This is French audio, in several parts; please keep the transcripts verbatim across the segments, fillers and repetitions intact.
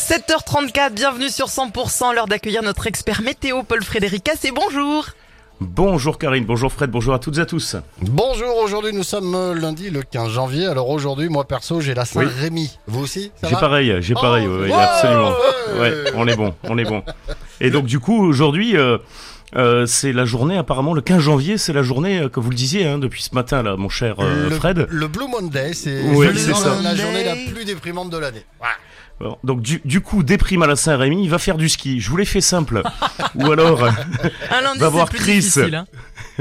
sept heures trente-quatre, bienvenue sur cent pour cent, l'heure d'accueillir notre expert météo Paul Frédéricas et bonjour. Bonjour Karine, bonjour Fred, bonjour à toutes et à tous. Bonjour, aujourd'hui nous sommes lundi le quinze janvier, alors aujourd'hui moi perso j'ai la Saint-Rémy, oui. Vous aussi ça J'ai va pareil, j'ai oh, pareil, ouais, ouais, absolument. Ouais. Ouais, on est bon, on est bon. Et donc du coup aujourd'hui... Euh, Euh, c'est la journée, apparemment, le quinze janvier, c'est la journée, euh, comme vous le disiez, hein, depuis ce matin, là, mon cher euh, le, Fred. Le Blue Monday, c'est, oui, c'est, c'est ça. la journée la plus déprimante de l'année. Voilà. Bon, donc du, du coup, déprime à la Saint-Rémy, il va faire du ski. Je vous l'ai fait simple. Ou alors, un lundi, va voir c'est plus Chris. difficile, hein.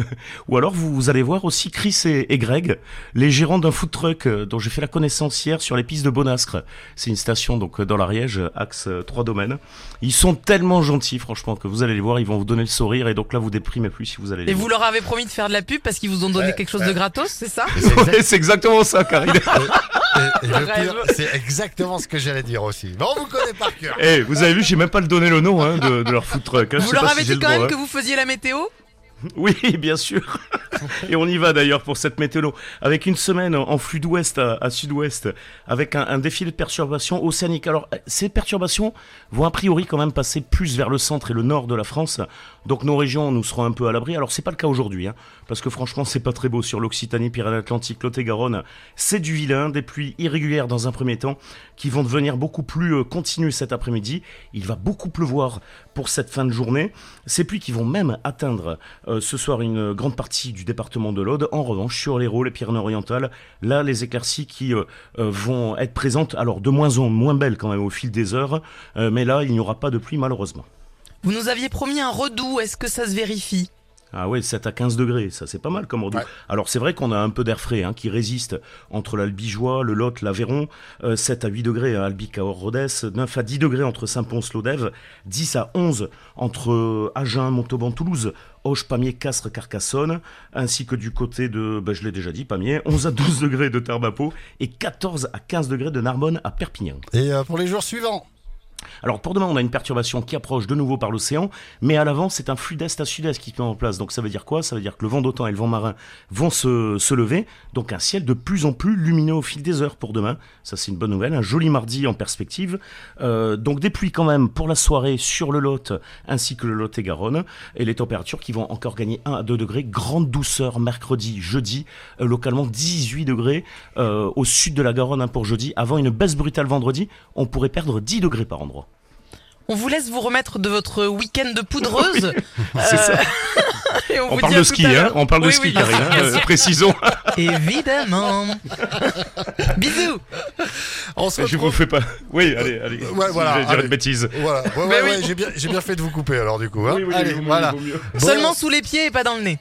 Ou alors vous, vous allez voir aussi Chris et, et Greg, les gérants d'un food truck euh, dont j'ai fait la connaissance hier sur les pistes de Bonastre. C'est une station donc dans l'Ariège, axe euh, trois domaines. Ils sont tellement gentils, franchement, que vous allez les voir, ils vont vous donner le sourire et donc là vous déprimez plus si vous allez les Et voir. vous leur avez promis de faire de la pub parce qu'ils vous ont donné Ouais, quelque chose ouais. de gratos, c'est ça? Et c'est, exact- Ouais, c'est exactement ça, Karine. et- et le Rêve. pire, c'est exactement ce que j'allais dire aussi. Bon, on vous connaît par cœur. Eh, vous avez vu, j'ai même pas le donné le nom hein, de, de leur food truck. Hein. Je Vous sais leur pas avez si j'ai dit le quand droit, même hein. que vous faisiez la météo? Oui, bien sûr. Et on y va d'ailleurs pour cette météo. Avec une semaine en flux d'ouest à, à sud-ouest, avec un, un défilé de perturbations océaniques. Alors, ces perturbations vont a priori quand même passer plus vers le centre et le nord de la France. Donc nos régions, nous serons un peu à l'abri. Alors, c'est pas le cas aujourd'hui, hein, parce que franchement, c'est pas très beau sur l'Occitanie, Pyrénées-Atlantiques, Lot-et-Garonne. C'est du vilain, des pluies irrégulières dans un premier temps, qui vont devenir beaucoup plus euh, continues cet après-midi. Il va beaucoup pleuvoir pour cette fin de journée. Ces pluies qui vont même atteindre euh, ce soir une grande partie du département de l'Aude. En revanche, sur l'Hérault, les Pyrénées-Orientales, là, les éclaircies qui euh, euh, vont être présentes, alors de moins en moins belles quand même au fil des heures, euh, mais là, il n'y aura pas de pluie malheureusement. Vous nous aviez promis un redout, est-ce que ça se vérifie? Ah ouais, sept à quinze degrés, ça c'est pas mal comme redout. Ouais. Alors c'est vrai qu'on a un peu d'air frais hein, qui résiste entre l'Albigeois, le Lot, l'Aveyron, euh, sept à huit degrés à Albi, Cahors, Rodez, neuf à dix degrés entre Saint-Pons, Lodève, dix à onze entre euh, Agen, Montauban, Toulouse, Auch, Pamiers, Castres, Carcassonne, ainsi que du côté de, ben, je l'ai déjà dit, Pamiers, onze à douze degrés de Tarbes-à-Pau et quatorze à quinze degrés de Narbonne à Perpignan. Et euh, pour les jours suivants, Alors pour demain, on a une perturbation qui approche de nouveau par l'océan, mais à l'avant, c'est un flux d'est à sud-est qui se met en place. Donc ça veut dire quoi? Ça veut dire que le vent d'automne et le vent marin vont se, se lever, donc un ciel de plus en plus lumineux au fil des heures pour demain. Ça c'est une bonne nouvelle, un joli mardi en perspective. Euh, donc des pluies quand même pour la soirée sur le Lot, ainsi que le Lot-et-Garonne, et les températures qui vont encore gagner un à deux degrés. Grande douceur mercredi, jeudi, euh, localement dix-huit degrés euh, au sud de la Garonne hein, pour jeudi, avant une baisse brutale vendredi, on pourrait perdre dix degrés par endroit. On vous laisse vous remettre de votre week-end de poudreuse. C'est ça. Et on On vous parle dit à de tout ski, à hein. l'heure. On parle de Oui, ski, oui, Karine, bien hein, sûr, euh, bien précisons. sûr. Évidemment. Bisous. on se Je retrouve. vous fais pas. Oui, allez, allez. Ouais, voilà, Je vais dire allez. une bêtise. Voilà, ouais, ouais, Mais ouais, oui. j'ai bien, j'ai bien fait de vous couper alors du coup. Hein. Oui, oui, Allez, il vaut mieux, voilà. il vaut mieux. Bon. Seulement sous les pieds et pas dans le nez.